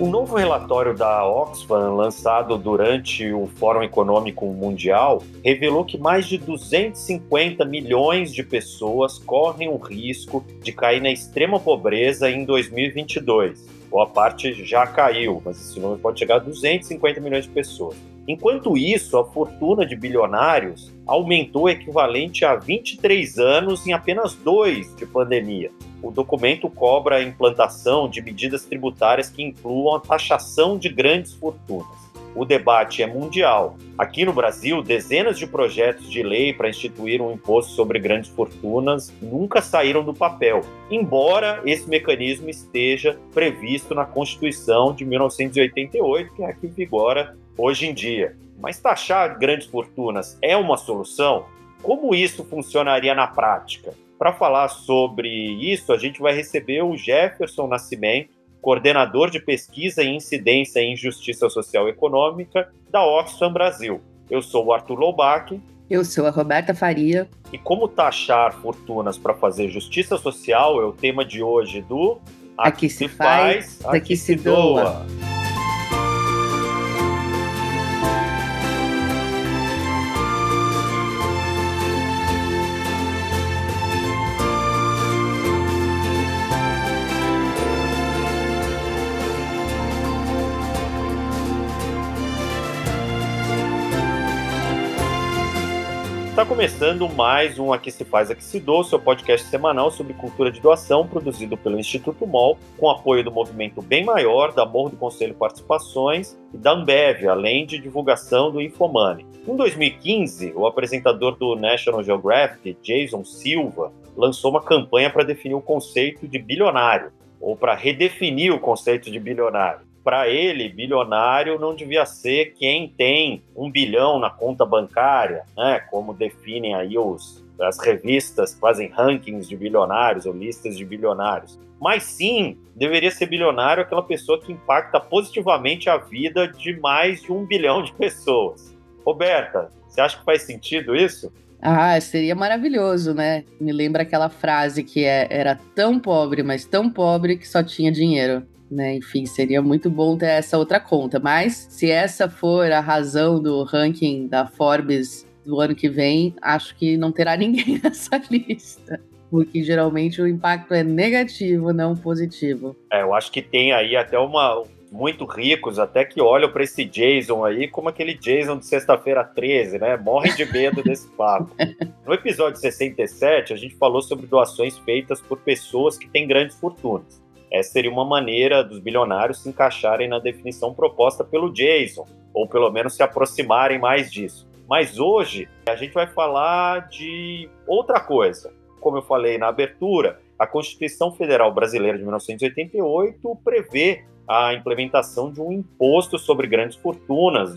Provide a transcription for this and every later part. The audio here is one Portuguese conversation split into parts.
Um novo relatório da Oxfam, lançado durante o Fórum Econômico Mundial, revelou que mais de 250 milhões de pessoas correm o risco de cair na extrema pobreza em 2022. Boa parte já caiu, mas esse número pode chegar a 250 milhões de pessoas. Enquanto isso, a fortuna de bilionários aumentou equivalente a 23 anos em apenas 2 de pandemia. O documento cobra a implantação de medidas tributárias que incluam a taxação de grandes fortunas. O debate é mundial. Aqui no Brasil, dezenas de projetos de lei para instituir um imposto sobre grandes fortunas nunca saíram do papel, embora esse mecanismo esteja previsto na Constituição de 1988, que é a que vigora hoje em dia. Mas taxar grandes fortunas é uma solução? Como isso funcionaria na prática? Para falar sobre isso, a gente vai receber o Jefferson Nascimento, coordenador de pesquisa e incidência em justiça social e econômica da Oxfam Brasil. Eu sou o Arthur Loubach. Eu sou a Roberta Faria. E como taxar fortunas para fazer justiça social é o tema de hoje do Aqui se faz, aqui se doa. Está começando mais um Aqui se faz, aqui se doa, seu podcast semanal sobre cultura de doação, produzido pelo Instituto MOL, com apoio do movimento Bem Maior, da Morro do Conselho Participações e da Ambev, além de divulgação do Infomoney. Em 2015, o apresentador do National Geographic, Jason Silva, lançou uma campanha para definir o conceito de bilionário, ou para redefinir o conceito de bilionário. Para ele, bilionário não devia ser quem tem 1 bilhão na conta bancária, né? Como definem aí as revistas que fazem rankings de bilionários ou listas de bilionários. Mas sim, deveria ser bilionário aquela pessoa que impacta positivamente a vida de mais de 1 bilhão de pessoas. Roberta, você acha que faz sentido isso? Seria maravilhoso, né? Me lembra aquela frase que era tão pobre, mas tão pobre que só tinha dinheiro. Né? Enfim, seria muito bom ter essa outra conta, mas se essa for a razão do ranking da Forbes do ano que vem, acho que não terá ninguém nessa lista, porque geralmente o impacto é negativo, não positivo. Eu acho que tem aí até muito ricos, até que olham para esse Jason aí como aquele Jason de sexta-feira 13, né? Morrem de medo desse papo. No episódio 67, a gente falou sobre doações feitas por pessoas que têm grandes fortunas. Essa seria uma maneira dos bilionários se encaixarem na definição proposta pelo Jason, ou pelo menos se aproximarem mais disso. Mas hoje a gente vai falar de outra coisa. Como eu falei na abertura, a Constituição Federal Brasileira de 1988 prevê a implementação de um imposto sobre grandes fortunas,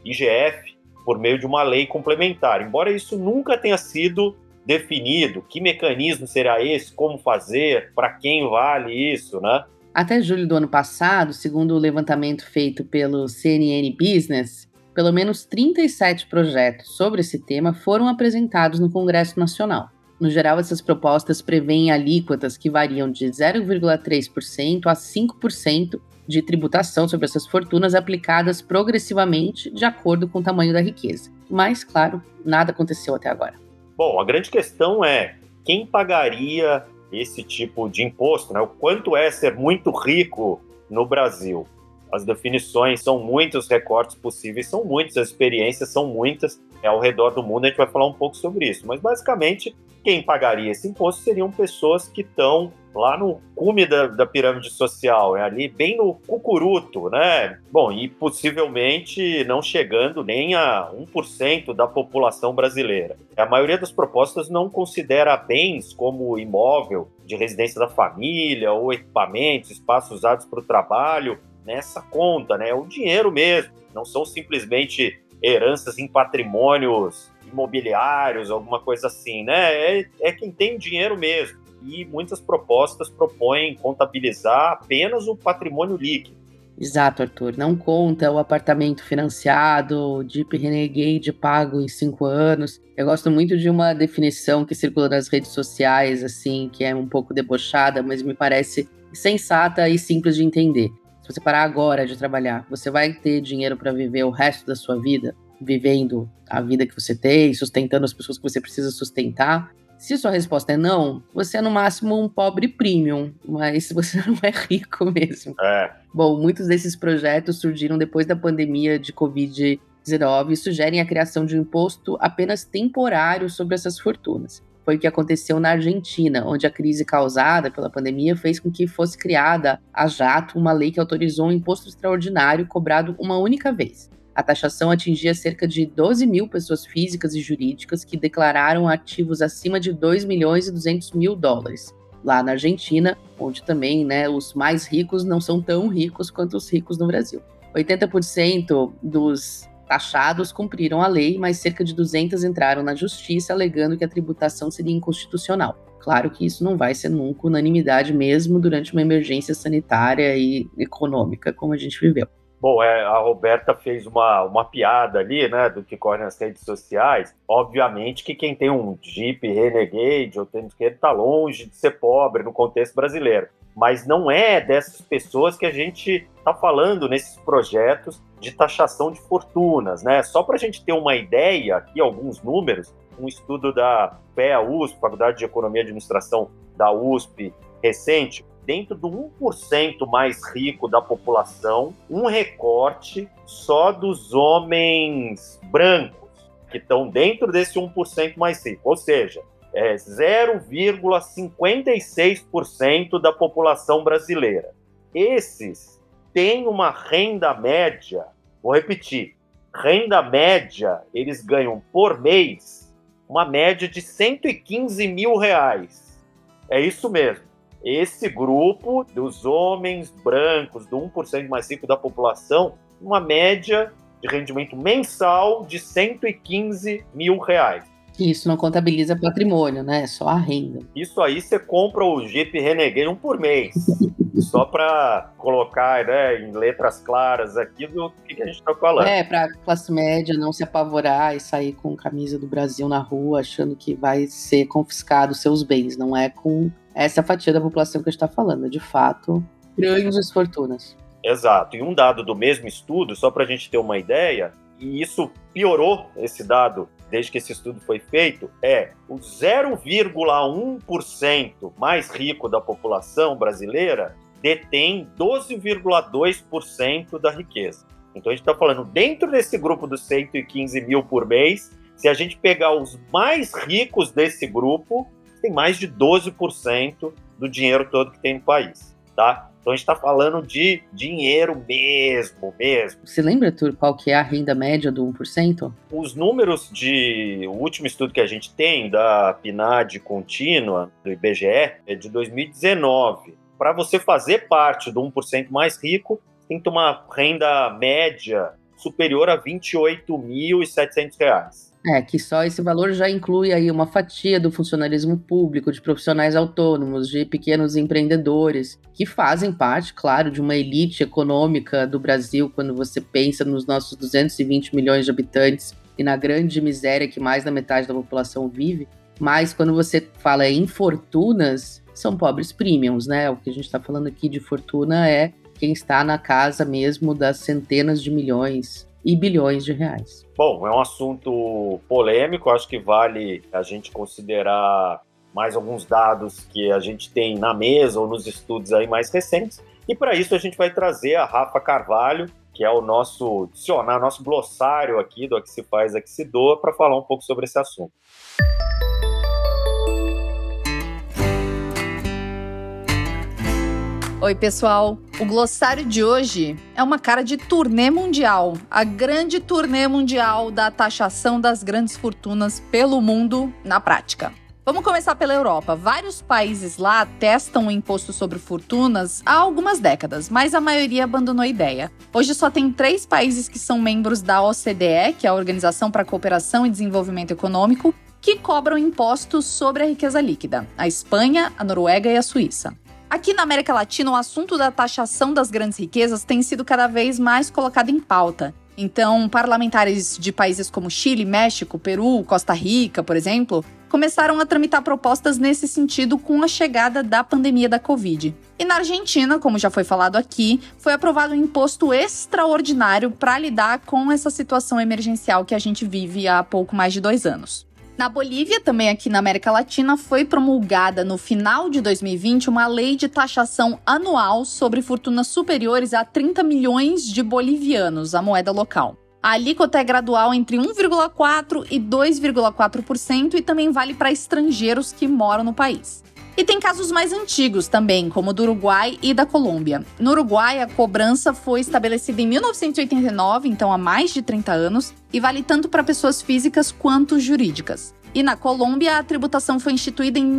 IGF, por meio de uma lei complementar. Embora isso nunca tenha sido definido, que mecanismo será esse, como fazer, para quem vale isso, né? Até julho do ano passado, segundo o levantamento feito pelo CNN Business, pelo menos 37 projetos sobre esse tema foram apresentados no Congresso Nacional. No geral, essas propostas prevêem alíquotas que variam de 0,3% a 5% de tributação sobre essas fortunas aplicadas progressivamente de acordo com o tamanho da riqueza. Mas, claro, nada aconteceu até agora. Bom, a grande questão é quem pagaria esse tipo de imposto, né? O quanto é ser muito rico no Brasil? As definições são muitas, os recortes possíveis são muitos, as experiências são muitas. Ao redor do mundo a gente vai falar um pouco sobre isso. Mas, basicamente, quem pagaria esse imposto seriam pessoas que estão lá no cume da pirâmide social, ali bem no cucuruto, né? Bom, e possivelmente não chegando nem a 1% da população brasileira. A maioria das propostas não considera bens como imóvel de residência da família ou equipamentos, espaços usados para o trabalho nessa conta, né? O dinheiro mesmo, não são simplesmente heranças em patrimônios imobiliários, alguma coisa assim, né? É quem tem dinheiro mesmo. E muitas propostas propõem contabilizar apenas o patrimônio líquido. Exato, Arthur. Não conta o apartamento financiado, o Jeep Renegade pago em 5 anos. Eu gosto muito de uma definição que circula nas redes sociais, assim, que é um pouco debochada, mas me parece sensata e simples de entender. Se se você parar agora de trabalhar, você vai ter dinheiro para viver o resto da sua vida, vivendo a vida que você tem, sustentando as pessoas que você precisa sustentar? Se sua resposta é não, você é no máximo um pobre premium, mas você não é rico mesmo. Bom, muitos desses projetos surgiram depois da pandemia de Covid-19 e sugerem a criação de um imposto apenas temporário sobre essas fortunas. Foi o que aconteceu na Argentina, onde a crise causada pela pandemia fez com que fosse criada a jato uma lei que autorizou um imposto extraordinário cobrado uma única vez. A taxação atingia cerca de 12 mil pessoas físicas e jurídicas que declararam ativos acima de 2 milhões e 200 mil dólares. Lá na Argentina, onde também, os mais ricos não são tão ricos quanto os ricos no Brasil. 80% dos taxados cumpriram a lei, mas cerca de 200 entraram na justiça alegando que a tributação seria inconstitucional. Claro que isso não vai ser nunca unanimidade mesmo durante uma emergência sanitária e econômica como a gente viveu. Bom, a Roberta fez uma piada ali, do que corre nas redes sociais. Obviamente que quem tem um Jeep Renegade ou tem que está longe de ser pobre no contexto brasileiro. Mas não é dessas pessoas que a gente está falando nesses projetos de taxação de fortunas, Só para a gente ter uma ideia, aqui alguns números, um estudo da FEA-USP, Faculdade de Economia e Administração da USP, recente, dentro do 1% mais rico da população, um recorte só dos homens brancos, que estão dentro desse 1% mais rico, ou seja, 0,56% da população brasileira. Esses têm uma renda média, vou repetir, renda média, eles ganham por mês uma média de R$115 mil. É isso mesmo. Esse grupo dos homens brancos, do 1% mais rico da população, uma média de rendimento mensal de R$115 mil. Isso não contabiliza patrimônio, Só a renda. Isso aí você compra o Jeep Renegade um por mês. Só para colocar em letras claras aqui do que a gente está falando. Para a classe média não se apavorar e sair com camisa do Brasil na rua achando que vai ser confiscado seus bens. Não é com essa fatia da população que a gente está falando. De fato, grandes fortunas. Exato. E um dado do mesmo estudo, só para a gente ter uma ideia, e isso piorou esse dado desde que esse estudo foi feito, o 0,1% mais rico da população brasileira detém 12,2% da riqueza. Então a gente está falando, dentro desse grupo dos 115 mil por mês, se a gente pegar os mais ricos desse grupo, tem mais de 12% do dinheiro todo que tem no país, tá? Então a gente está falando de dinheiro mesmo. Você lembra, Arthur, qual que é a renda média do 1%? Os números o último estudo que a gente tem da PNAD contínua, do IBGE, é de 2019. Para você fazer parte do 1% mais rico, tem que ter uma renda média superior a R$28.700. Que só esse valor já inclui aí uma fatia do funcionalismo público, de profissionais autônomos, de pequenos empreendedores, que fazem parte, claro, de uma elite econômica do Brasil, quando você pensa nos nossos 220 milhões de habitantes e na grande miséria que mais da metade da população vive. Mas quando você fala em fortunas, são pobres premiums, O que a gente está falando aqui de fortuna é quem está na casa mesmo das centenas de milhões e bilhões de reais. Bom, é um assunto polêmico, acho que vale a gente considerar mais alguns dados que a gente tem na mesa ou nos estudos aí mais recentes, e para isso a gente vai trazer a Rafa Carvalho, que é o nosso dicionário, nosso glossário aqui do Aqui Se Faz, Aqui Se Doa, para falar um pouco sobre esse assunto. Oi, pessoal! O glossário de hoje é uma cara de turnê mundial, a grande turnê mundial da taxação das grandes fortunas pelo mundo na prática. Vamos começar pela Europa. Vários países lá testam o imposto sobre fortunas há algumas décadas, mas a maioria abandonou a ideia. Hoje só tem 3 países que são membros da OCDE, que é a Organização para a Cooperação e Desenvolvimento Econômico, que cobram impostos sobre a riqueza líquida: a Espanha, a Noruega e a Suíça. Aqui na América Latina, o assunto da taxação das grandes riquezas tem sido cada vez mais colocado em pauta. Então, parlamentares de países como Chile, México, Peru, Costa Rica, por exemplo, começaram a tramitar propostas nesse sentido com a chegada da pandemia da Covid. E na Argentina, como já foi falado aqui, foi aprovado um imposto extraordinário para lidar com essa situação emergencial que a gente vive há pouco mais de 2 anos. Na Bolívia, também aqui na América Latina, foi promulgada no final de 2020 uma lei de taxação anual sobre fortunas superiores a 30 milhões de bolivianos, a moeda local. A alíquota é gradual entre 1,4% e 2,4% e também vale para estrangeiros que moram no país. E tem casos mais antigos também, como o do Uruguai e da Colômbia. No Uruguai, a cobrança foi estabelecida em 1989, então há mais de 30 anos, e vale tanto para pessoas físicas quanto jurídicas. E na Colômbia, a tributação foi instituída em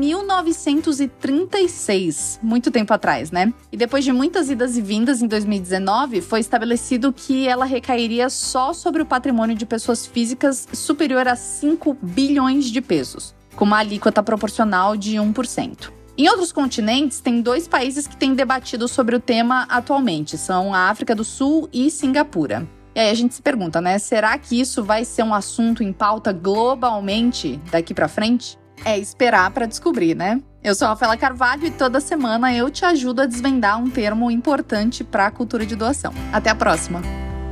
1936, muito tempo atrás, né? E depois de muitas idas e vindas, em 2019, foi estabelecido que ela recairia só sobre o patrimônio de pessoas físicas superior a 5 bilhões de pesos, com uma alíquota proporcional de 1%. Em outros continentes, tem 2 países que têm debatido sobre o tema atualmente, são a África do Sul e Singapura. E aí a gente se pergunta, né? Será que isso vai ser um assunto em pauta globalmente daqui pra frente? É esperar pra descobrir, né? Eu sou a Rafaela Carvalho e toda semana eu te ajudo a desvendar um termo importante pra cultura de doação. Até a próxima!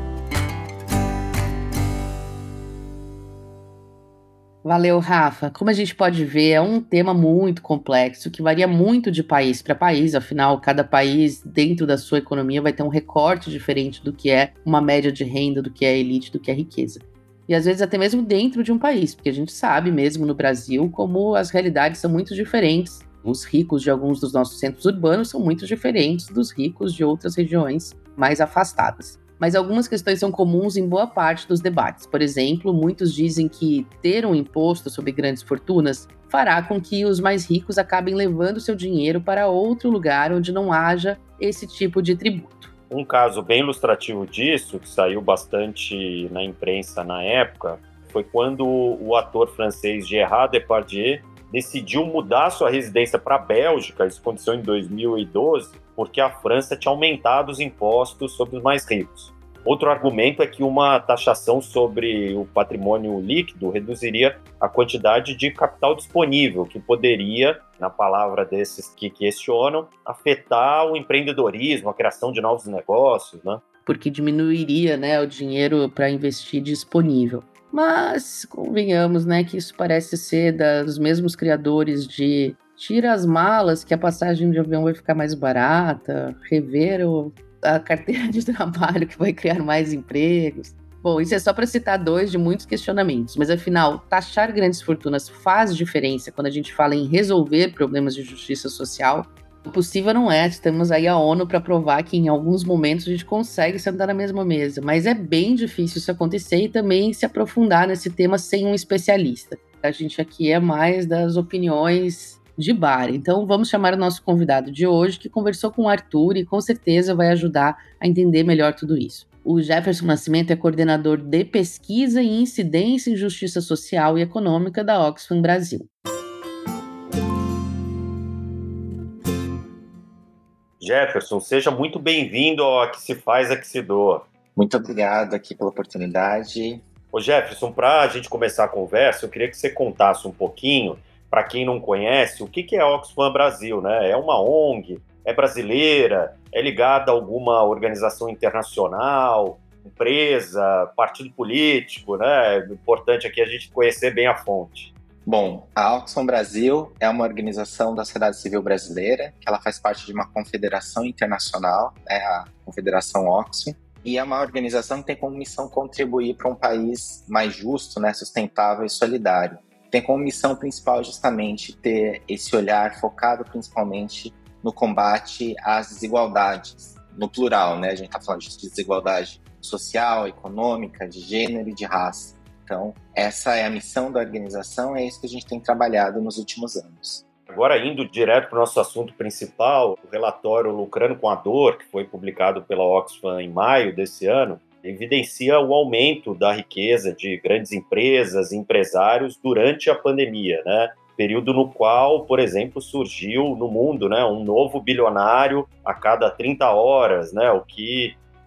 Valeu, Rafa. Como a gente pode ver, é um tema muito complexo que varia muito de país para país. Afinal, cada país, dentro da sua economia, vai ter um recorte diferente do que é uma média de renda, do que é elite, do que é riqueza. E às vezes até mesmo dentro de um país, porque a gente sabe mesmo no Brasil como as realidades são muito diferentes. Os ricos de alguns dos nossos centros urbanos são muito diferentes dos ricos de outras regiões mais afastadas. Mas algumas questões são comuns em boa parte dos debates. Por exemplo, muitos dizem que ter um imposto sobre grandes fortunas fará com que os mais ricos acabem levando seu dinheiro para outro lugar onde não haja esse tipo de tributo. Um caso bem ilustrativo disso, que saiu bastante na imprensa na época, foi quando o ator francês Gérard Depardieu decidiu mudar sua residência para a Bélgica. Isso aconteceu em 2012, porque a França tinha aumentado os impostos sobre os mais ricos. Outro argumento é que uma taxação sobre o patrimônio líquido reduziria a quantidade de capital disponível, que poderia, na palavra desses que questionam, afetar o empreendedorismo, a criação de novos negócios, né? Porque diminuiria, né, o dinheiro para investir disponível. Mas convenhamos, né, que isso parece ser dos mesmos criadores de tira as malas que a passagem de avião vai ficar mais barata, rever a carteira de trabalho que vai criar mais empregos. Bom, isso é só para citar 2 de muitos questionamentos, mas afinal, taxar grandes fortunas faz diferença quando a gente fala em resolver problemas de justiça social? O possível não é, temos aí a ONU para provar que em alguns momentos a gente consegue sentar na mesma mesa, mas é bem difícil isso acontecer e também se aprofundar nesse tema sem um especialista. A gente aqui é mais das opiniões de bar, então vamos chamar o nosso convidado de hoje, que conversou com o Arthur e com certeza vai ajudar a entender melhor tudo isso. O Jefferson Nascimento é coordenador de pesquisa e incidência em justiça social e econômica da Oxfam Brasil. Jefferson, seja muito bem-vindo ao Aqui Se Faz, Aqui Se Doa. Muito obrigado aqui pela oportunidade. Ô Jefferson, para a gente começar a conversa, eu queria que você contasse um pouquinho, para quem não conhece, o que é a Oxfam Brasil, né? É uma ONG, é brasileira, é ligada a alguma organização internacional, empresa, partido político, né? É importante aqui a gente conhecer bem a fonte. Bom, a Oxfam Brasil é uma organização da sociedade civil brasileira, que ela faz parte de uma confederação internacional, né, a Confederação Oxfam, e é uma organização que tem como missão contribuir para um país mais justo, né, sustentável e solidário. Tem como missão principal justamente ter esse olhar focado principalmente no combate às desigualdades, no plural, né? A gente está falando de desigualdade social, econômica, de gênero e de raça. Então, essa é a missão da organização, é isso que a gente tem trabalhado nos últimos anos. Agora, indo direto para o nosso assunto principal, o relatório Lucrando com a Dor, que foi publicado pela Oxfam em maio desse ano, evidencia o aumento da riqueza de grandes empresas e empresários durante a pandemia, né? Período no qual, por exemplo, surgiu no mundo, né, um novo bilionário a cada 30 horas, né, o que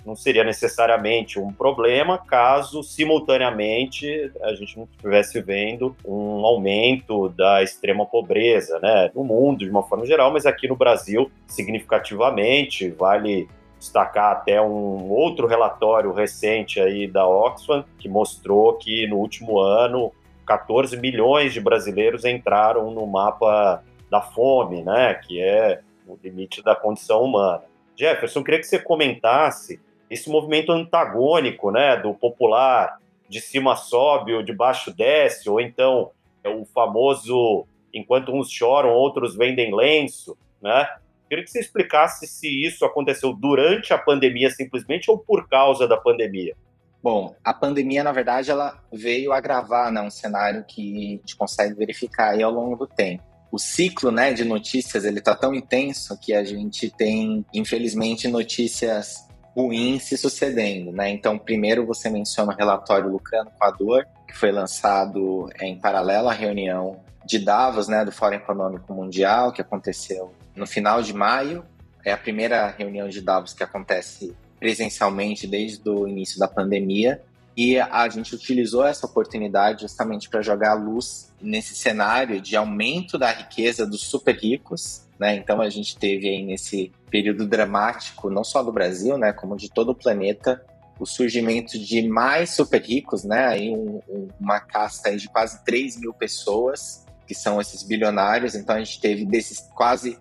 não seria necessariamente um problema caso, simultaneamente, a gente não estivesse vendo um aumento da extrema pobreza, né, no mundo de uma forma geral, mas aqui no Brasil, significativamente. Vale destacar até um outro relatório recente aí da Oxfam, que mostrou que no último ano 14 milhões de brasileiros entraram no mapa da fome, né, que é o limite da condição humana. Jefferson, queria que você comentasse esse movimento antagônico, né, do popular, de cima sobe ou de baixo desce, ou então o famoso enquanto uns choram, outros vendem lenço, né? Queria que você explicasse se isso aconteceu durante a pandemia simplesmente ou por causa da pandemia. Bom, a pandemia, na verdade, ela veio agravar, né, um cenário que a gente consegue verificar aí ao longo do tempo. O ciclo, né, de notícias, ele está tão intenso que a gente tem, infelizmente, notícias ruins se sucedendo, né? Então, primeiro você menciona o relatório Lucrando com a Dor, que foi lançado em paralelo à reunião de Davos, né, do Fórum Econômico Mundial, que aconteceu no final de maio. É a primeira reunião de Davos que acontece presencialmente desde o início da pandemia, e a gente utilizou essa oportunidade justamente para jogar a luz nesse cenário de aumento da riqueza dos super ricos, né? Então a gente teve aí nesse período dramático, não só do Brasil, né, como de todo o planeta, o surgimento de mais super ricos, né? Aí uma casta aí de quase 3 mil pessoas, que são esses bilionários. Então a gente teve desses quase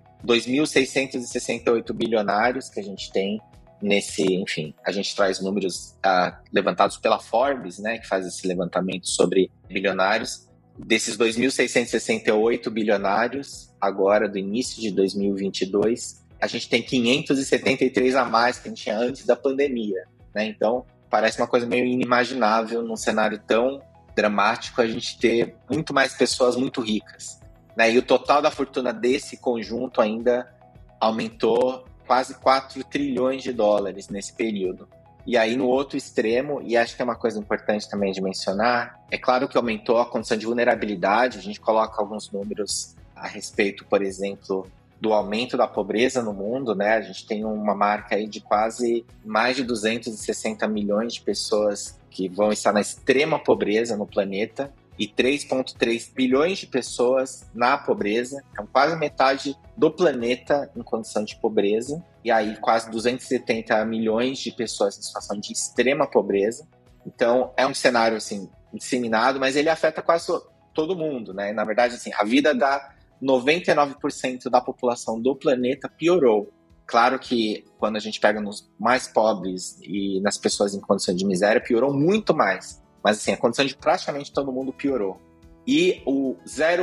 2.668 bilionários que a gente tem enfim, a gente traz números levantados pela Forbes, né, que faz esse levantamento sobre bilionários. Desses 2.668 bilionários, agora do início de 2022, a gente tem 573 a mais que a gente tinha antes da pandemia, né? Então, parece uma coisa meio inimaginável num cenário tão dramático a gente ter muito mais pessoas muito ricas, né? E o total da fortuna desse conjunto ainda aumentou quase 4 trilhões de dólares nesse período. E aí, no outro extremo, e acho que é uma coisa importante também de mencionar, é claro que aumentou a condição de vulnerabilidade. A gente coloca alguns números a respeito, por exemplo, do aumento da pobreza no mundo, né? A gente tem uma marca aí de quase mais de 260 milhões de pessoas que vão estar na extrema pobreza no planeta, e 3,3 bilhões de pessoas na pobreza, então quase metade do planeta em condição de pobreza, e aí quase 270 milhões de pessoas em situação de extrema pobreza. Então é um cenário assim disseminado, mas ele afeta quase todo mundo, né? Na verdade, assim, a vida da 99% da população do planeta piorou. Claro que quando a gente pega nos mais pobres e nas pessoas em condição de miséria, piorou muito mais. Mas assim, a condição de praticamente todo mundo piorou. E o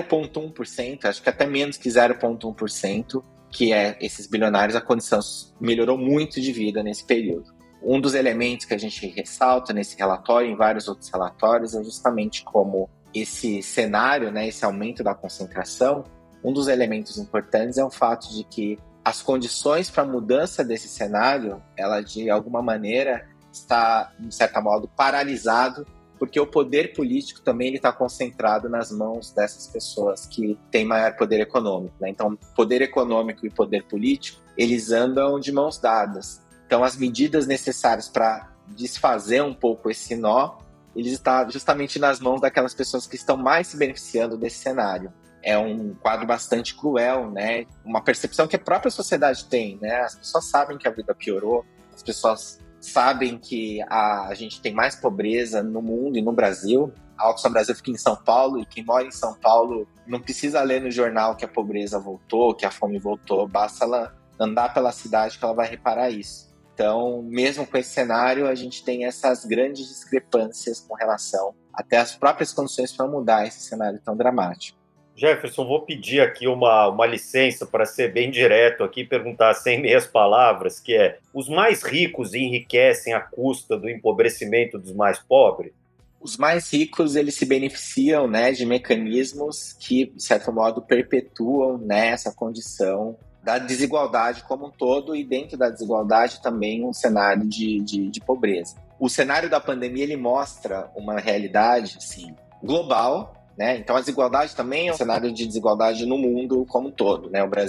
0,1%, acho que até menos que 0,1%, que é esses bilionários, a condição melhorou muito de vida nesse período. Um dos elementos que a gente ressalta nesse relatório, em vários outros relatórios, é justamente como esse cenário, né, esse aumento da concentração, um dos elementos importantes é o fato de que as condições para a mudança desse cenário, ela de alguma maneira está, de certo modo, paralisado, porque o poder político também está concentrado nas mãos dessas pessoas que têm maior poder econômico, né? Então, poder econômico e poder político, eles andam de mãos dadas. Então, as medidas necessárias para desfazer um pouco esse nó, eles estão justamente nas mãos daquelas pessoas que estão mais se beneficiando desse cenário. É um quadro bastante cruel, né? Uma percepção que a própria sociedade tem, né? As pessoas sabem que a vida piorou, as pessoas sabem que a gente tem mais pobreza no mundo e no Brasil. A Oxfam Brasil fica em São Paulo, e quem mora em São Paulo não precisa ler no jornal que a pobreza voltou, que a fome voltou, basta ela andar pela cidade que ela vai reparar isso. Então, mesmo com esse cenário, a gente tem essas grandes discrepâncias com relação até às próprias condições para mudar esse cenário tão dramático. Jefferson, vou pedir aqui uma licença para ser bem direto aqui e perguntar sem meias palavras, que é: os mais ricos enriquecem à custa do empobrecimento dos mais pobres? Os mais ricos, eles se beneficiam, né, de mecanismos que, de certo modo, perpetuam, né, essa condição da desigualdade como um todo, e dentro da desigualdade também um cenário de pobreza. O cenário da pandemia, ele mostra uma realidade, assim, global, né? Então a desigualdade também é um cenário de desigualdade no mundo como um todo, né? O Brasil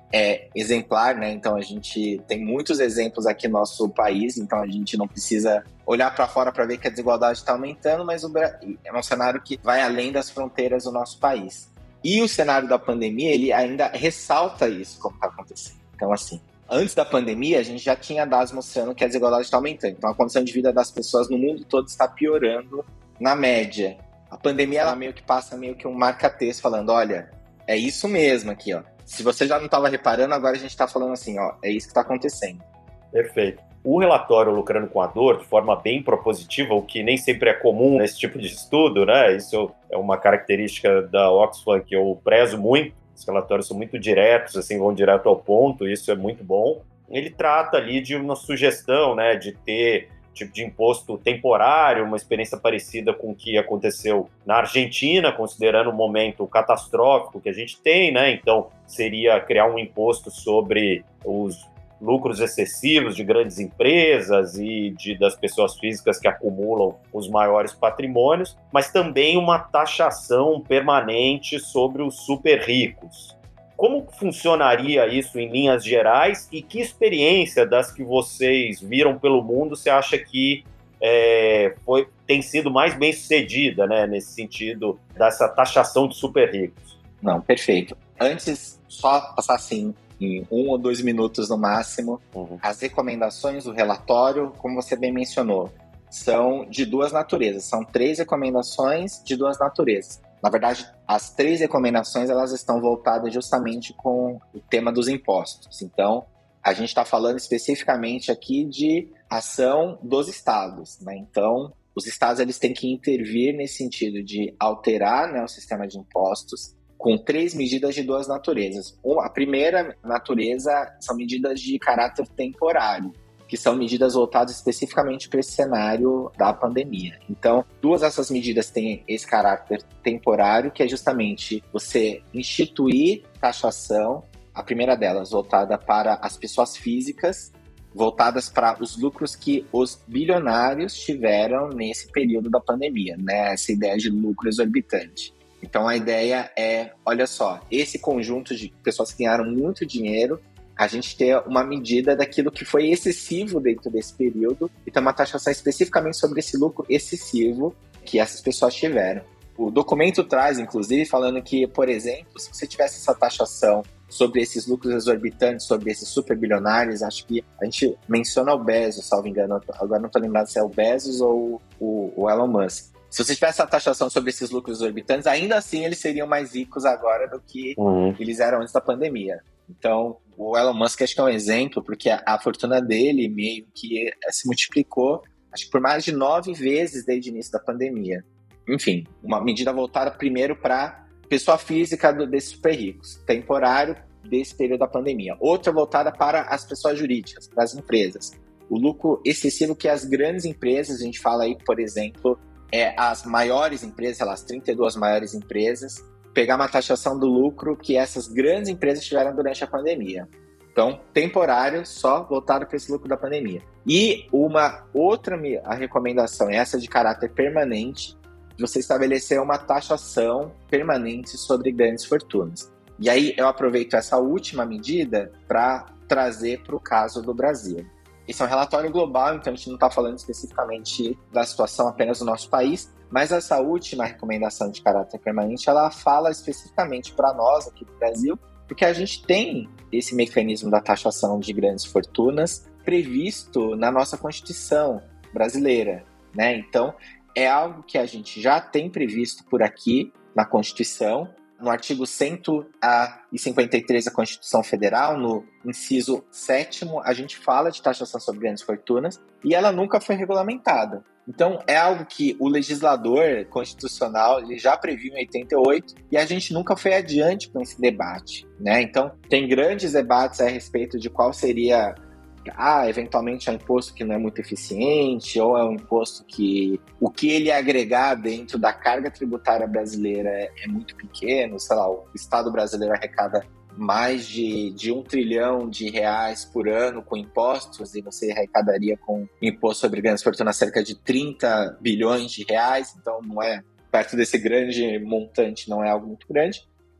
é exemplar, né? Então a gente tem muitos exemplos aqui no nosso país, então a gente não precisa olhar para fora para ver que a desigualdade está aumentando, mas é um cenário que vai além das fronteiras do nosso país. E o cenário da pandemia, ele ainda ressalta isso, como está acontecendo. Então, assim, antes da pandemia, a gente já tinha dados mostrando que a desigualdade está aumentando. Então, a condição de vida das pessoas no mundo todo está piorando na média. A pandemia, ela meio que passa meio que um marca-texto falando, olha, é isso mesmo aqui, ó. Se você já não estava reparando, agora a gente está falando assim, ó, é isso que está acontecendo. Perfeito. O relatório Lucrando com a Dor, de forma bem propositiva, o que nem sempre é comum nesse tipo de estudo, né? Isso é uma característica da Oxfam que eu prezo muito. Os relatórios são muito diretos, assim, vão direto ao ponto, isso é muito bom. Ele trata ali de uma sugestão, né, de ter tipo de imposto temporário, uma experiência parecida com o que aconteceu na Argentina, considerando o momento catastrófico que a gente tem, né? Então, seria criar um imposto sobre os lucros excessivos de grandes empresas e das pessoas físicas que acumulam os maiores patrimônios, mas também uma taxação permanente sobre os super ricos. Como funcionaria isso em linhas gerais e que experiência das que vocês viram pelo mundo você acha que tem sido mais bem sucedida, né, nesse sentido dessa taxação de super ricos? Não, perfeito. Antes, só passar assim, em 1 ou 2 minutos no máximo, as recomendações do relatório, como você bem mencionou, são de duas naturezas. São 3 recomendações de duas naturezas. Na verdade, as 3 recomendações elas estão voltadas justamente com o tema dos impostos. Então, a gente está falando especificamente aqui de ação dos estados, né? Então, os estados eles têm que intervir nesse sentido de alterar, né, o sistema de impostos com 3 medidas de duas naturezas. A primeira natureza são medidas de caráter temporário, que são medidas voltadas especificamente para esse cenário da pandemia. Então, 2 dessas medidas têm esse caráter temporário, que é justamente você instituir taxação, a primeira delas voltada para as pessoas físicas, voltadas para os lucros que os bilionários tiveram nesse período da pandemia, né? Essa ideia de lucro exorbitante. Então, a ideia é, olha só, esse conjunto de pessoas que ganharam muito dinheiro, a gente ter uma medida daquilo que foi excessivo dentro desse período e ter uma taxação especificamente sobre esse lucro excessivo que essas pessoas tiveram. O documento traz, inclusive, falando que, por exemplo, se você tivesse essa taxação sobre esses lucros exorbitantes, sobre esses super bilionários, acho que a gente menciona o Bezos, salvo engano, agora não estou lembrado se é o Bezos ou o Elon Musk. Se você tivesse a taxação sobre esses lucros exorbitantes, ainda assim eles seriam mais ricos agora do que eles eram antes da pandemia. Então, o Elon Musk acho que é um exemplo, porque a fortuna dele meio que se multiplicou, acho que por mais de 9 vezes desde o início da pandemia. Enfim, uma medida voltada primeiro para pessoa física desses super ricos, temporário desse período da pandemia. Outra voltada para as pessoas jurídicas, para as empresas. O lucro excessivo que as grandes empresas, a gente fala aí, por exemplo, as maiores empresas, as 32 maiores empresas, pegar uma taxação do lucro que essas grandes empresas tiveram durante a pandemia. Então, temporário, só voltado para esse lucro da pandemia. E uma outra a recomendação, essa de caráter permanente, de você estabelecer uma taxação permanente sobre grandes fortunas. E aí eu aproveito essa última medida para trazer para o caso do Brasil. Esse é um relatório global, então a gente não está falando especificamente da situação apenas do nosso país, mas essa última recomendação de caráter permanente, ela fala especificamente para nós aqui do Brasil, porque a gente tem esse mecanismo da taxação de grandes fortunas previsto na nossa Constituição brasileira, né? Então, é algo que a gente já tem previsto por aqui na Constituição. No artigo 153 da Constituição Federal, no inciso 7º, a gente fala de taxação sobre grandes fortunas e ela nunca foi regulamentada. Então, é algo que o legislador constitucional ele já previu em 88 e a gente nunca foi adiante com esse debate, né? Então, tem grandes debates a respeito de qual seria... eventualmente é um imposto que não é muito eficiente, ou é um imposto que o que ele agregar dentro da carga tributária brasileira é muito pequeno, sei lá, o Estado brasileiro arrecada mais de R$1 trilhão por ano com impostos, e você arrecadaria com imposto sobre grandes fortunas cerca de 30 bilhões de reais, então não é, perto desse grande montante, não é algo muito grande.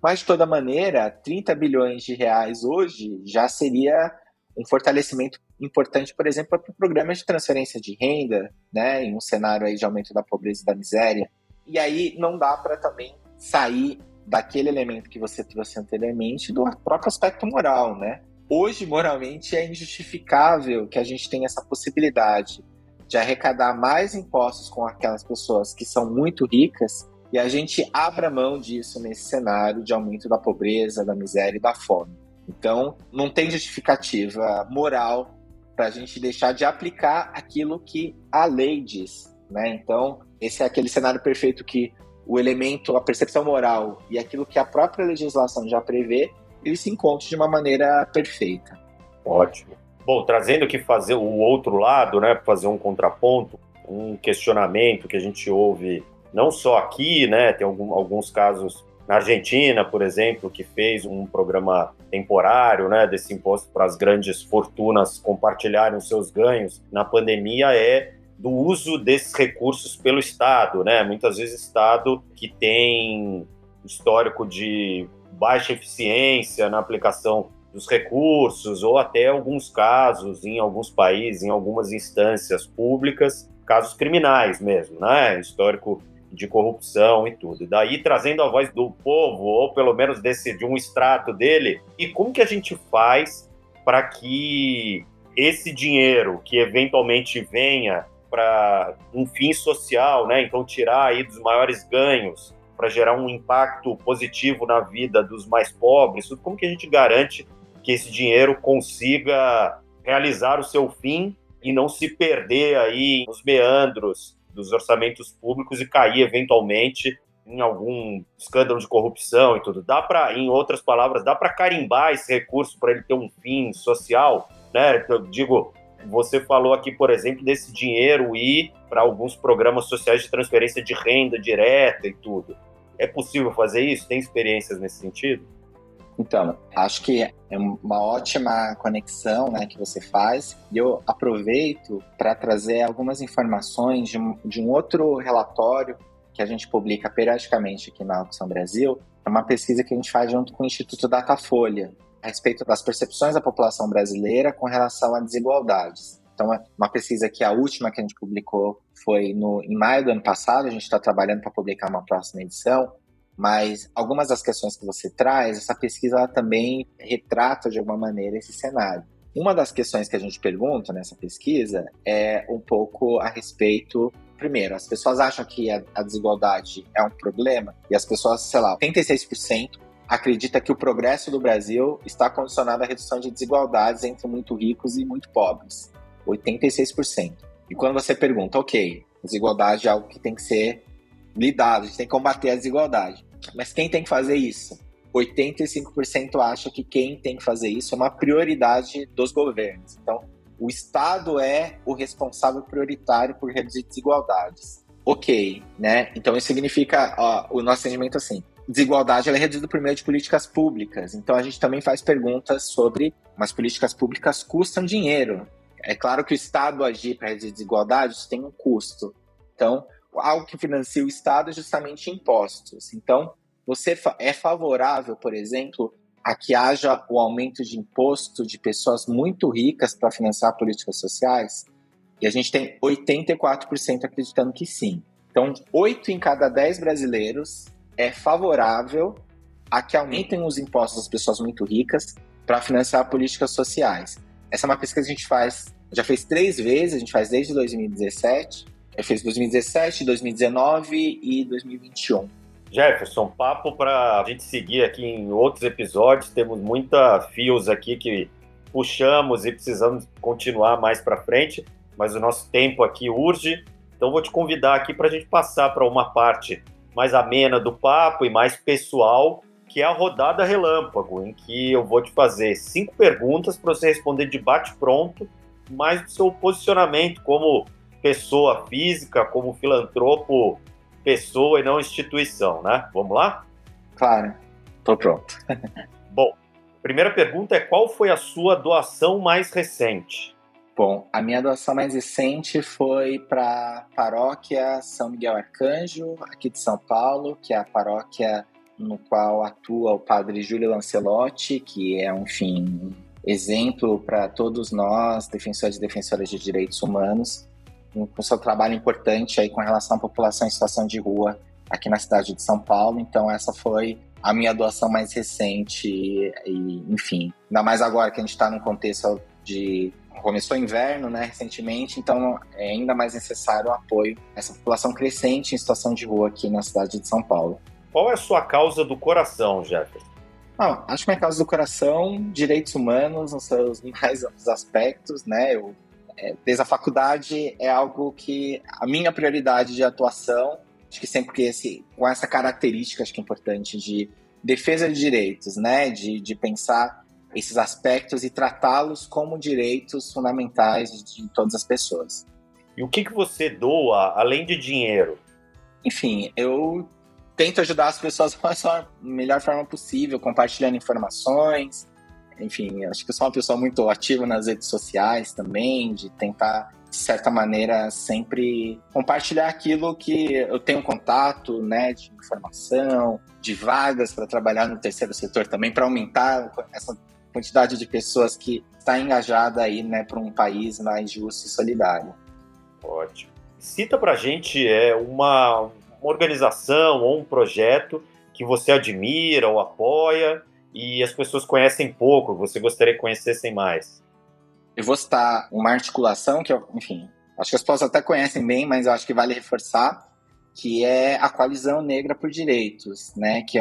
Mas, de toda maneira, 30 bilhões de reais hoje já seria um fortalecimento importante, por exemplo, para programas de transferência de renda, né, em um cenário aí de aumento da pobreza e da miséria. E aí não dá para também sair daquele elemento que você trouxe anteriormente do próprio aspecto moral, né? Hoje, moralmente, é injustificável que a gente tenha essa possibilidade de arrecadar mais impostos com aquelas pessoas que são muito ricas e a gente abra mão disso nesse cenário de aumento da pobreza, da miséria e da fome. Então, não tem justificativa moral para a gente deixar de aplicar aquilo que a lei diz, né? Então, esse é aquele cenário perfeito que o elemento, a percepção moral e aquilo que a própria legislação já prevê, eles se encontram de uma maneira perfeita. Ótimo. Bom, trazendo aqui fazer o outro lado, né, fazer um contraponto, um questionamento que a gente ouve não só aqui, né, tem alguns casos na Argentina, por exemplo, que fez um programa temporário, né, desse imposto para as grandes fortunas compartilharem os seus ganhos na pandemia, é do uso desses recursos pelo Estado, né? Muitas vezes Estado que tem histórico de baixa eficiência na aplicação dos recursos, ou até alguns casos, em alguns países, em algumas instâncias públicas, casos criminais mesmo, né? Histórico de corrupção e tudo. E daí, trazendo a voz do povo, ou pelo menos de um extrato dele, e como que a gente faz para que esse dinheiro que eventualmente venha para um fim social, né? Então tirar aí dos maiores ganhos para gerar um impacto positivo na vida dos mais pobres, como que a gente garante que esse dinheiro consiga realizar o seu fim e não se perder aí nos meandros dos orçamentos públicos e cair eventualmente em algum escândalo de corrupção e tudo? Dá para, em outras palavras, dá para carimbar esse recurso para ele ter um fim social, né? Eu digo, você falou aqui, por exemplo, desse dinheiro ir para alguns programas sociais de transferência de renda direta e tudo. É possível fazer isso? Tem experiências nesse sentido? Então, acho que é uma ótima conexão, né, que você faz. E eu aproveito para trazer algumas informações de um outro relatório que a gente publica periodicamente aqui na Oxfam Brasil. É uma pesquisa que a gente faz junto com o Instituto Datafolha, a respeito das percepções da população brasileira com relação a desigualdades. Então, é uma pesquisa que a última que a gente publicou foi em maio do ano passado. A gente está trabalhando para publicar uma próxima edição, mas algumas das questões que você traz, essa pesquisa ela também retrata de alguma maneira esse cenário. Uma das questões que a gente pergunta nessa pesquisa é um pouco a respeito. Primeiro, as pessoas acham que a desigualdade é um problema, e as pessoas, sei lá, 86% acredita que o progresso do Brasil está condicionado à redução de desigualdades entre muito ricos e muito pobres. 86%. E quando você pergunta, ok, desigualdade é algo que tem que ser lidado, a gente tem que combater a desigualdade. Mas quem tem que fazer isso? 85% acha que quem tem que fazer isso é uma prioridade dos governos. Então, o Estado é o responsável prioritário por reduzir desigualdades. Ok, né? Então, isso significa, o nosso entendimento assim, desigualdade ela é reduzida por meio de políticas públicas. Então, a gente também faz perguntas sobre, mas políticas públicas custam dinheiro. É claro que o Estado agir para reduzir desigualdades tem um custo. Então, algo que financia o Estado é justamente impostos. Então, você é favorável, por exemplo, a que haja o aumento de imposto de pessoas muito ricas para financiar políticas sociais? E a gente tem 84% acreditando que sim. Então, 8 em cada 10 brasileiros é favorável a que aumentem os impostos das pessoas muito ricas para financiar políticas sociais. Essa é uma pesquisa que a gente faz, já fez 3 vezes, a gente faz desde 2017, fez 2017, 2019 e 2021. Jefferson, papo para a gente seguir aqui em outros episódios, temos muita fios aqui que puxamos e precisamos continuar mais para frente, mas o nosso tempo aqui urge, então vou te convidar aqui para a gente passar para uma parte mais amena do papo e mais pessoal, que é a rodada relâmpago, em que eu vou te fazer 5 perguntas para você responder de bate-pronto, mais do seu posicionamento como pessoa física, como filantropo, pessoa e não instituição, né? Vamos lá? Claro, tô pronto. Bom, primeira pergunta é: qual foi a sua doação mais recente? Bom, a minha doação mais recente foi para a paróquia São Miguel Arcanjo, aqui de São Paulo, que é a paróquia no qual atua o padre Júlio Lancelotti, que é, enfim, exemplo para todos nós, defensores e defensoras de direitos humanos, com seu trabalho importante aí com relação à população em situação de rua aqui na cidade de São Paulo. Então essa foi a minha doação mais recente e enfim, ainda mais agora que a gente está num contexto de... Começou o inverno, né, recentemente, então é ainda mais necessário o apoio a essa população crescente em situação de rua aqui na cidade de São Paulo. Qual é a sua causa do coração, Jefferson? Acho que minha causa do coração, direitos humanos nos seus mais amplos aspectos, né? Desde a faculdade é algo que a minha prioridade de atuação, acho que sempre que com essa característica, acho que é importante, de defesa de direitos, né? De pensar esses aspectos e tratá-los como direitos fundamentais de todas as pessoas. E o que você doa, além de dinheiro? Enfim, eu tento ajudar as pessoas da melhor forma possível, compartilhando informações. Enfim, acho que eu sou uma pessoa muito ativa nas redes sociais também, de tentar, de certa maneira, sempre compartilhar aquilo que eu tenho contato, né, de informação, de vagas para trabalhar no terceiro setor também, para aumentar essa quantidade de pessoas que está engajada aí, né, para um país mais justo e solidário. Ótimo. Cita para a gente uma organização ou um projeto que você admira ou apoia e as pessoas conhecem pouco, você gostaria que conhecessem mais. Eu vou citar uma articulação que, enfim, acho que as pessoas até conhecem bem, mas eu acho que vale reforçar, que é a Coalizão Negra por Direitos, né, que é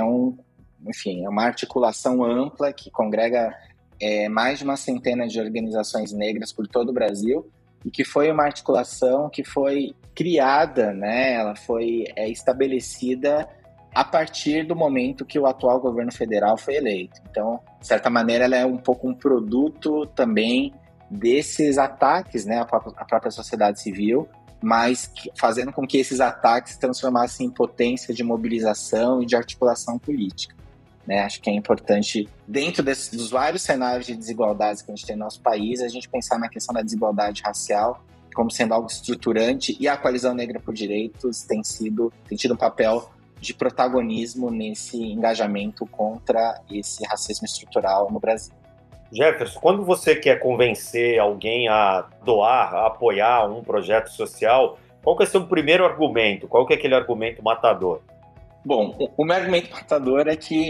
uma articulação ampla que congrega mais de uma centena de organizações negras por todo o Brasil, e que foi uma articulação que foi criada, né, ela foi estabelecida a partir do momento que o atual governo federal foi eleito. Então, de certa maneira, ela é um pouco um produto também desses ataques, né, à própria sociedade civil, mas fazendo com que esses ataques se transformassem em potência de mobilização e de articulação política. Né? Acho que é importante, dentro dos vários cenários de desigualdades que a gente tem no nosso país, a gente pensar na questão da desigualdade racial como sendo algo estruturante, e a Coalizão Negra por Direitos tem tido um papel de protagonismo nesse engajamento contra esse racismo estrutural no Brasil. Jefferson, quando você quer convencer alguém a doar, a apoiar um projeto social, qual que é o seu primeiro argumento? Qual que é aquele argumento matador? Bom, o meu argumento matador é que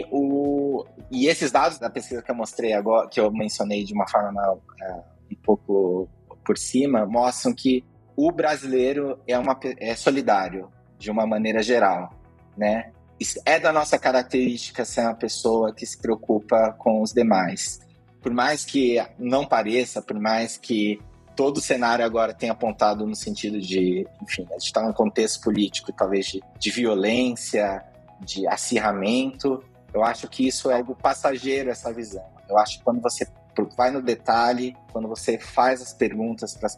e esses dados da pesquisa que eu mostrei agora, que eu mencionei de uma forma um pouco por cima, mostram que o brasileiro é solidário de uma maneira geral, né? É da nossa característica ser uma pessoa que se preocupa com os demais. Por mais que não pareça, por mais que todo o cenário agora tenha apontado no sentido de, enfim, a gente está num contexto político talvez de violência, de acirramento, eu acho que isso é algo passageiro, essa visão. Eu acho que quando você vai no detalhe, quando você faz as perguntas para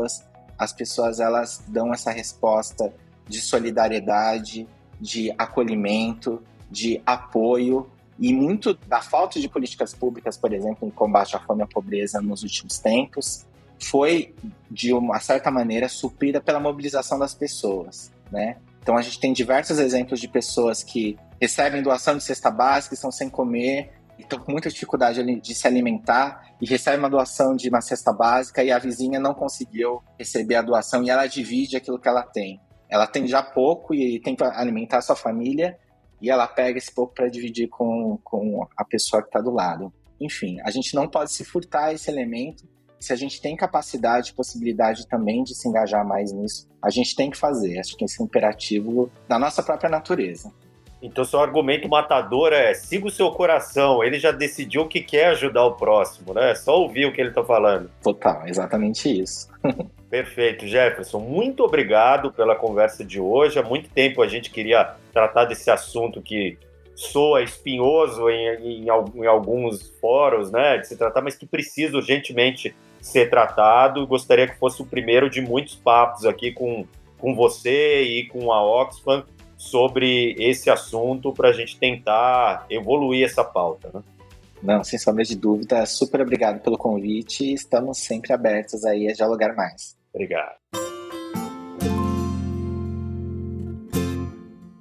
as pessoas elas dão essa resposta de solidariedade, de acolhimento, de apoio, e muito da falta de políticas públicas, por exemplo, em combate à fome e à pobreza nos últimos tempos, foi, de uma certa maneira, suprida pela mobilização das pessoas, né? Então, a gente tem diversos exemplos de pessoas que recebem doação de cesta básica, estão sem comer, estão com muita dificuldade de se alimentar, e recebem uma doação de uma cesta básica e a vizinha não conseguiu receber a doação e ela divide aquilo que ela tem. Ela tem já pouco e tem para alimentar a sua família, e ela pega esse pouco para dividir com a pessoa que está do lado. Enfim, a gente não pode se furtar esse elemento. Se a gente tem capacidade e possibilidade também de se engajar mais nisso, a gente tem que fazer. Acho que esse é um imperativo da nossa própria natureza. Então, seu argumento matador é: siga o seu coração, ele já decidiu que quer ajudar o próximo, né? É só ouvir o que ele está falando. Total, exatamente isso. Perfeito, Jefferson. Muito obrigado pela conversa de hoje. Há muito tempo a gente queria tratar desse assunto que soa espinhoso em alguns fóruns, né, de se tratar, mas que precisa urgentemente ser tratado. Gostaria que fosse o primeiro de muitos papos aqui com você e com a Oxfam sobre esse assunto para a gente tentar evoluir essa pauta, né? Não, sem sombra de dúvida. Super obrigado pelo convite e estamos sempre abertos aí a dialogar mais. Obrigado.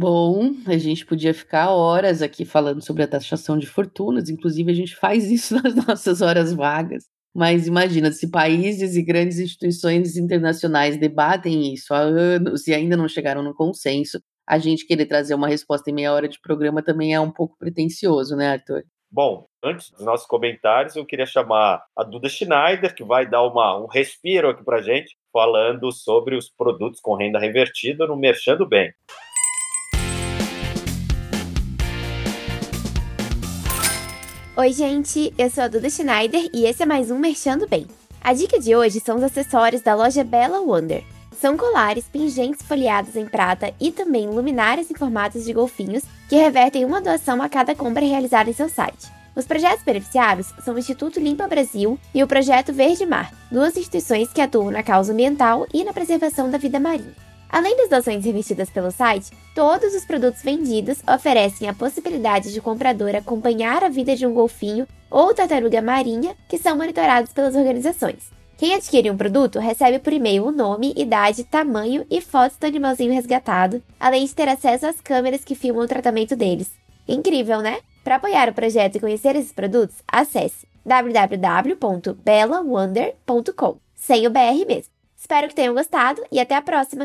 Bom, a gente podia ficar horas aqui falando sobre a taxação de fortunas, inclusive a gente faz isso nas nossas horas vagas. Mas imagina, se países e grandes instituições internacionais debatem isso há anos e ainda não chegaram no consenso, a gente querer trazer uma resposta em meia hora de programa também é um pouco pretensioso, né, Arthur? Bom, antes dos nossos comentários, eu queria chamar a Duda Schneider, que vai dar um respiro aqui pra gente, falando sobre os produtos com renda revertida no Merchando Bem. Oi, gente, eu sou a Duda Schneider e esse é mais um Merchando Bem. A dica de hoje são os acessórios da loja Bella Wonder. São colares, pingentes folheados em prata e também luminárias em formatos de golfinhos que revertem uma doação a cada compra realizada em seu site. Os projetos beneficiados são o Instituto Limpa Brasil e o Projeto Verde Mar, duas instituições que atuam na causa ambiental e na preservação da vida marinha. Além das doações revestidas pelo site, todos os produtos vendidos oferecem a possibilidade de o comprador acompanhar a vida de um golfinho ou tartaruga marinha que são monitorados pelas organizações. Quem adquire um produto recebe por e-mail o nome, idade, tamanho e fotos do animalzinho resgatado, além de ter acesso às câmeras que filmam o tratamento deles. Incrível, né? Para apoiar o projeto e conhecer esses produtos, acesse www.bellawonder.com, sem o BR mesmo. Espero que tenham gostado e até a próxima!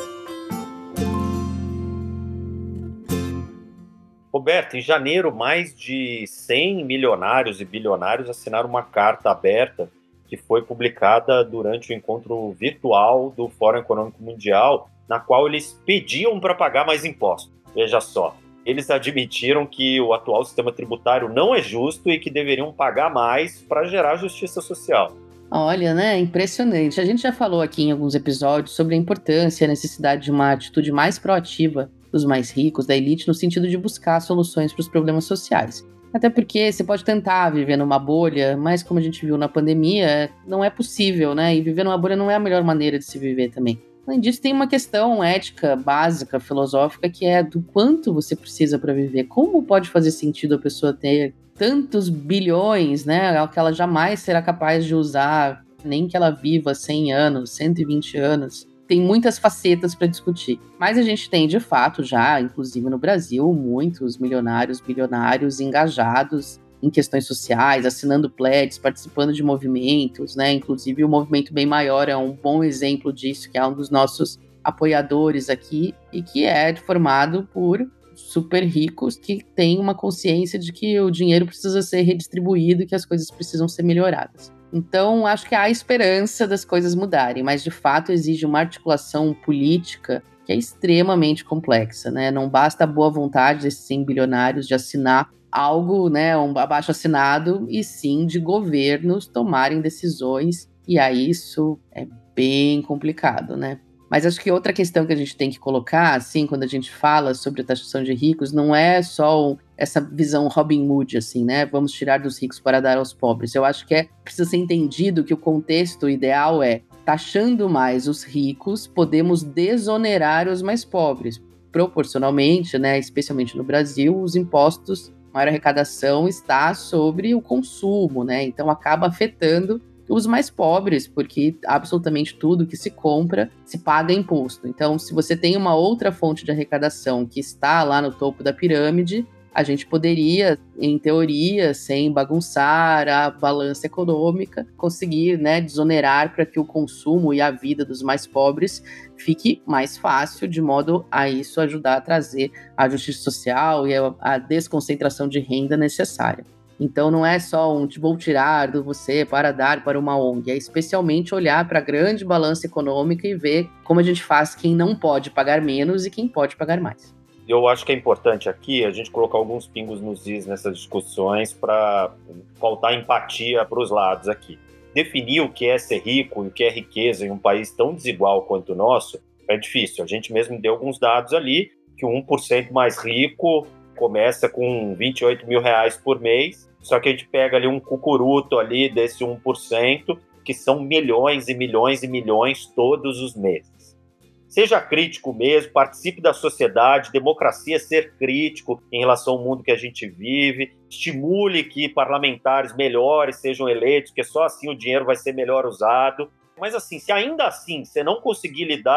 Roberto, em janeiro, mais de 100 milionários e bilionários assinaram uma carta aberta que foi publicada durante o encontro virtual do Fórum Econômico Mundial, na qual eles pediam para pagar mais impostos. Veja só, eles admitiram que o atual sistema tributário não é justo e que deveriam pagar mais para gerar justiça social. Olha, né? Impressionante. A gente já falou aqui em alguns episódios sobre a importância e a necessidade de uma atitude mais proativa dos mais ricos, da elite, no sentido de buscar soluções para os problemas sociais. Até porque você pode tentar viver numa bolha, mas como a gente viu na pandemia, não é possível, né? E viver numa bolha não é a melhor maneira de se viver também. Além disso, tem uma questão ética, básica, filosófica, que é do quanto você precisa para viver. Como pode fazer sentido a pessoa ter tantos bilhões, né? Que ela jamais será capaz de usar, nem que ela viva 100 anos, 120 anos. Tem muitas facetas para discutir. Mas a gente tem, de fato, já, inclusive no Brasil, muitos milionários, bilionários engajados em questões sociais, assinando pledges, participando de movimentos, né? Inclusive o Movimento Bem Maior é um bom exemplo disso, que é um dos nossos apoiadores aqui e que é formado por super ricos que têm uma consciência de que o dinheiro precisa ser redistribuído e que as coisas precisam ser melhoradas. Então, acho que há esperança das coisas mudarem, mas de fato exige uma articulação política que é extremamente complexa, né? Não basta a boa vontade desses 100 bilionários de assinar algo, né, um abaixo-assinado, e sim de governos tomarem decisões, e aí isso é bem complicado, né? Mas acho que outra questão que a gente tem que colocar, assim, quando a gente fala sobre a taxação de ricos, não é só essa visão Robin Hood, assim, né? Vamos tirar dos ricos para dar aos pobres. Eu acho que precisa ser entendido que o contexto ideal é, taxando mais os ricos, podemos desonerar os mais pobres. Proporcionalmente, né, especialmente no Brasil, os impostos, maior arrecadação está sobre o consumo, né? Então acaba afetando os mais pobres, porque absolutamente tudo que se compra se paga imposto. Então, se você tem uma outra fonte de arrecadação que está lá no topo da pirâmide, a gente poderia, em teoria, sem bagunçar a balança econômica, conseguir, né, desonerar para que o consumo e a vida dos mais pobres fique mais fácil, de modo a isso ajudar a trazer a justiça social e a desconcentração de renda necessária. Então não é só vou tirar de você para dar para uma ONG, é especialmente olhar para a grande balança econômica e ver como a gente faz quem não pode pagar menos e quem pode pagar mais. Eu acho que é importante aqui a gente colocar alguns pingos nos is nessas discussões para faltar empatia para os lados aqui. Definir o que é ser rico e o que é riqueza em um país tão desigual quanto o nosso é difícil. A gente mesmo deu alguns dados ali, que o 1% mais rico começa com R$28 mil por mês, só que a gente pega ali um cucuruto ali desse 1%, que são milhões e milhões e milhões todos os meses. Seja crítico mesmo, participe da sociedade, democracia é ser crítico em relação ao mundo que a gente vive, estimule que parlamentares melhores sejam eleitos, porque só assim o dinheiro vai ser melhor usado. Mas assim, se ainda assim você não conseguir lidar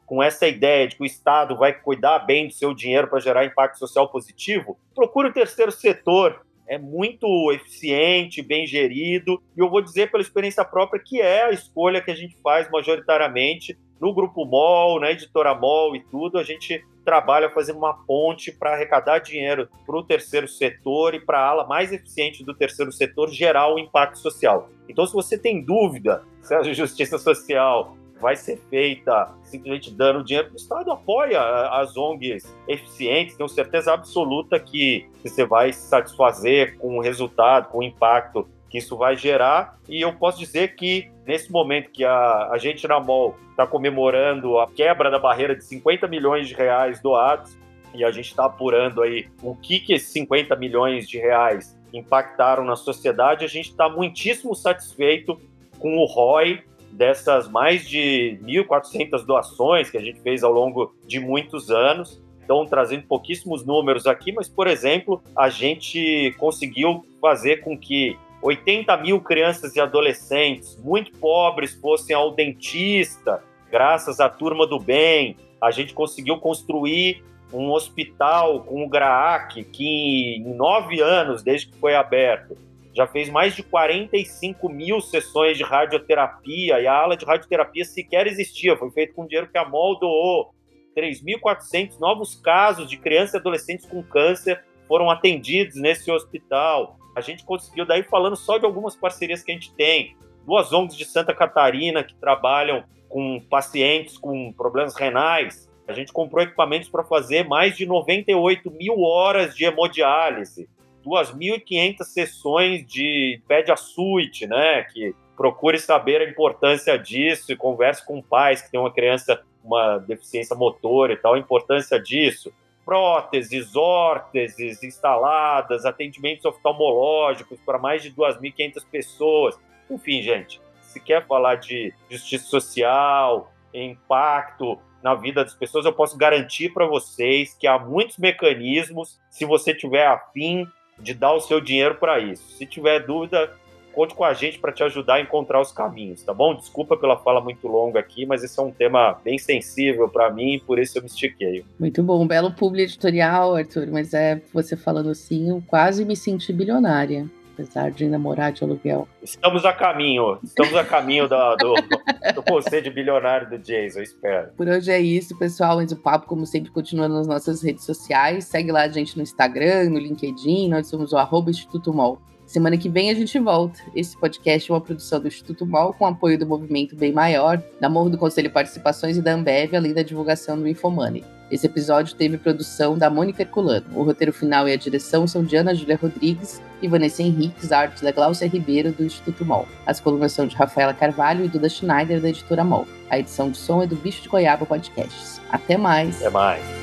com essa ideia de que o Estado vai cuidar bem do seu dinheiro para gerar impacto social positivo, procure o terceiro setor. É muito eficiente, bem gerido, e eu vou dizer pela experiência própria que é a escolha que a gente faz majoritariamente no Grupo MOL, na Editora MOL e tudo. A gente trabalha fazendo uma ponte para arrecadar dinheiro para o terceiro setor e para a ala mais eficiente do terceiro setor gerar o impacto social. Então, se você tem dúvida se a justiça social vai ser feita simplesmente dando dinheiro para o Estado, apoia as ONGs eficientes, tenho certeza absoluta que você vai se satisfazer com o resultado, com o impacto que isso vai gerar. E eu posso dizer que, nesse momento que a gente na MOL está comemorando a quebra da barreira de 50 milhões de reais doados, e a gente está apurando aí o que esses 50 milhões de reais impactaram na sociedade, a gente está muitíssimo satisfeito com o ROI dessas mais de 1.400 doações que a gente fez ao longo de muitos anos. Então, trazendo pouquíssimos números aqui, mas, por exemplo, a gente conseguiu fazer com que 80 mil crianças e adolescentes muito pobres fossem ao dentista, graças à Turma do Bem. A gente conseguiu construir um hospital com o GRAAC, que em 9 anos, desde que foi aberto, já fez mais de 45 mil sessões de radioterapia, e a ala de radioterapia sequer existia, foi feito com dinheiro que a MOL doou. 3.400 novos casos de crianças e adolescentes com câncer foram atendidos nesse hospital. A gente conseguiu, daí falando só de algumas parcerias que a gente tem, 2 ONGs de Santa Catarina que trabalham com pacientes com problemas renais. A gente comprou equipamentos para fazer mais de 98 mil horas de hemodiálise, 2.500 sessões de Pediasuite, né, que procure saber a importância disso e converse com pais que têm uma criança com uma deficiência motora e tal, a importância disso. Próteses, órteses instaladas, atendimentos oftalmológicos para mais de 2.500 pessoas. Enfim, gente, se quer falar de justiça social, impacto na vida das pessoas, eu posso garantir para vocês que há muitos mecanismos, se você tiver afim de dar o seu dinheiro para isso. Se tiver dúvida, conte com a gente para te ajudar a encontrar os caminhos, tá bom? Desculpa pela fala muito longa aqui, mas esse é um tema bem sensível para mim, por isso eu me estiquei. Muito bom, um belo publi editorial, Arthur, mas você falando assim, eu quase me senti bilionária, apesar de namorar de aluguel. Estamos a caminho do conselho bilionário do Jason, eu espero. Por hoje é isso, pessoal, mas o papo, como sempre, continua nas nossas redes sociais. Segue lá a gente no Instagram, no LinkedIn, nós somos o @Instituto MOL. Semana que vem a gente volta. Esse podcast é uma produção do Instituto MOL com apoio do Movimento Bem Maior, da Morro do Conselho Participações e da Ambev, além da divulgação do Infomoney. Esse episódio teve produção da Mônica Herculano. O roteiro final e a direção são de Ana Júlia Rodrigues e Vanessa Henriques, arte da Glaucia Ribeiro, do Instituto MOL. As colunas são de Rafaela Carvalho e Duda Schneider, da Editora MOL. A edição de som é do Bicho de Goiaba Podcasts. Até mais! Até mais!